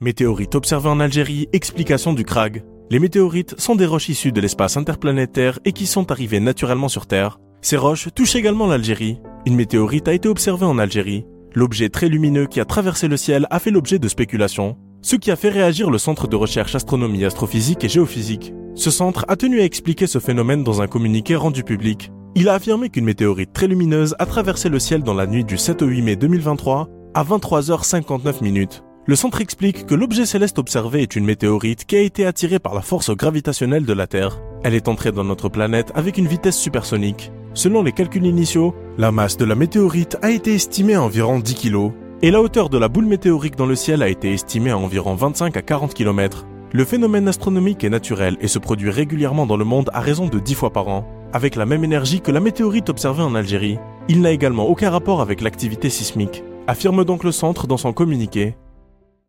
Météorites observées en Algérie, explication du CRAG. Les météorites sont des roches issues de l'espace interplanétaire et qui sont arrivées naturellement sur Terre. Ces roches touchent également l'Algérie. Une météorite a été observée en Algérie. L'objet très lumineux qui a traversé le ciel a fait l'objet de spéculations, ce qui a fait réagir le Centre de recherche astronomie, astrophysique et géophysique. Ce centre a tenu à expliquer ce phénomène dans un communiqué rendu public. Il a affirmé qu'une météorite très lumineuse a traversé le ciel dans la nuit du 7 au 8 mai 2023 à 23h59. Le centre explique que l'objet céleste observé est une météorite qui a été attirée par la force gravitationnelle de la Terre. Elle est entrée dans notre planète avec une vitesse supersonique. Selon les calculs initiaux, la masse de la météorite a été estimée à environ 10 kg, et la hauteur de la boule météorique dans le ciel a été estimée à environ 25 à 40 km. Le phénomène astronomique est naturel et se produit régulièrement dans le monde à raison de 10 fois par an, avec la même énergie que la météorite observée en Algérie. Il n'a également aucun rapport avec l'activité sismique, affirme donc le centre dans son communiqué.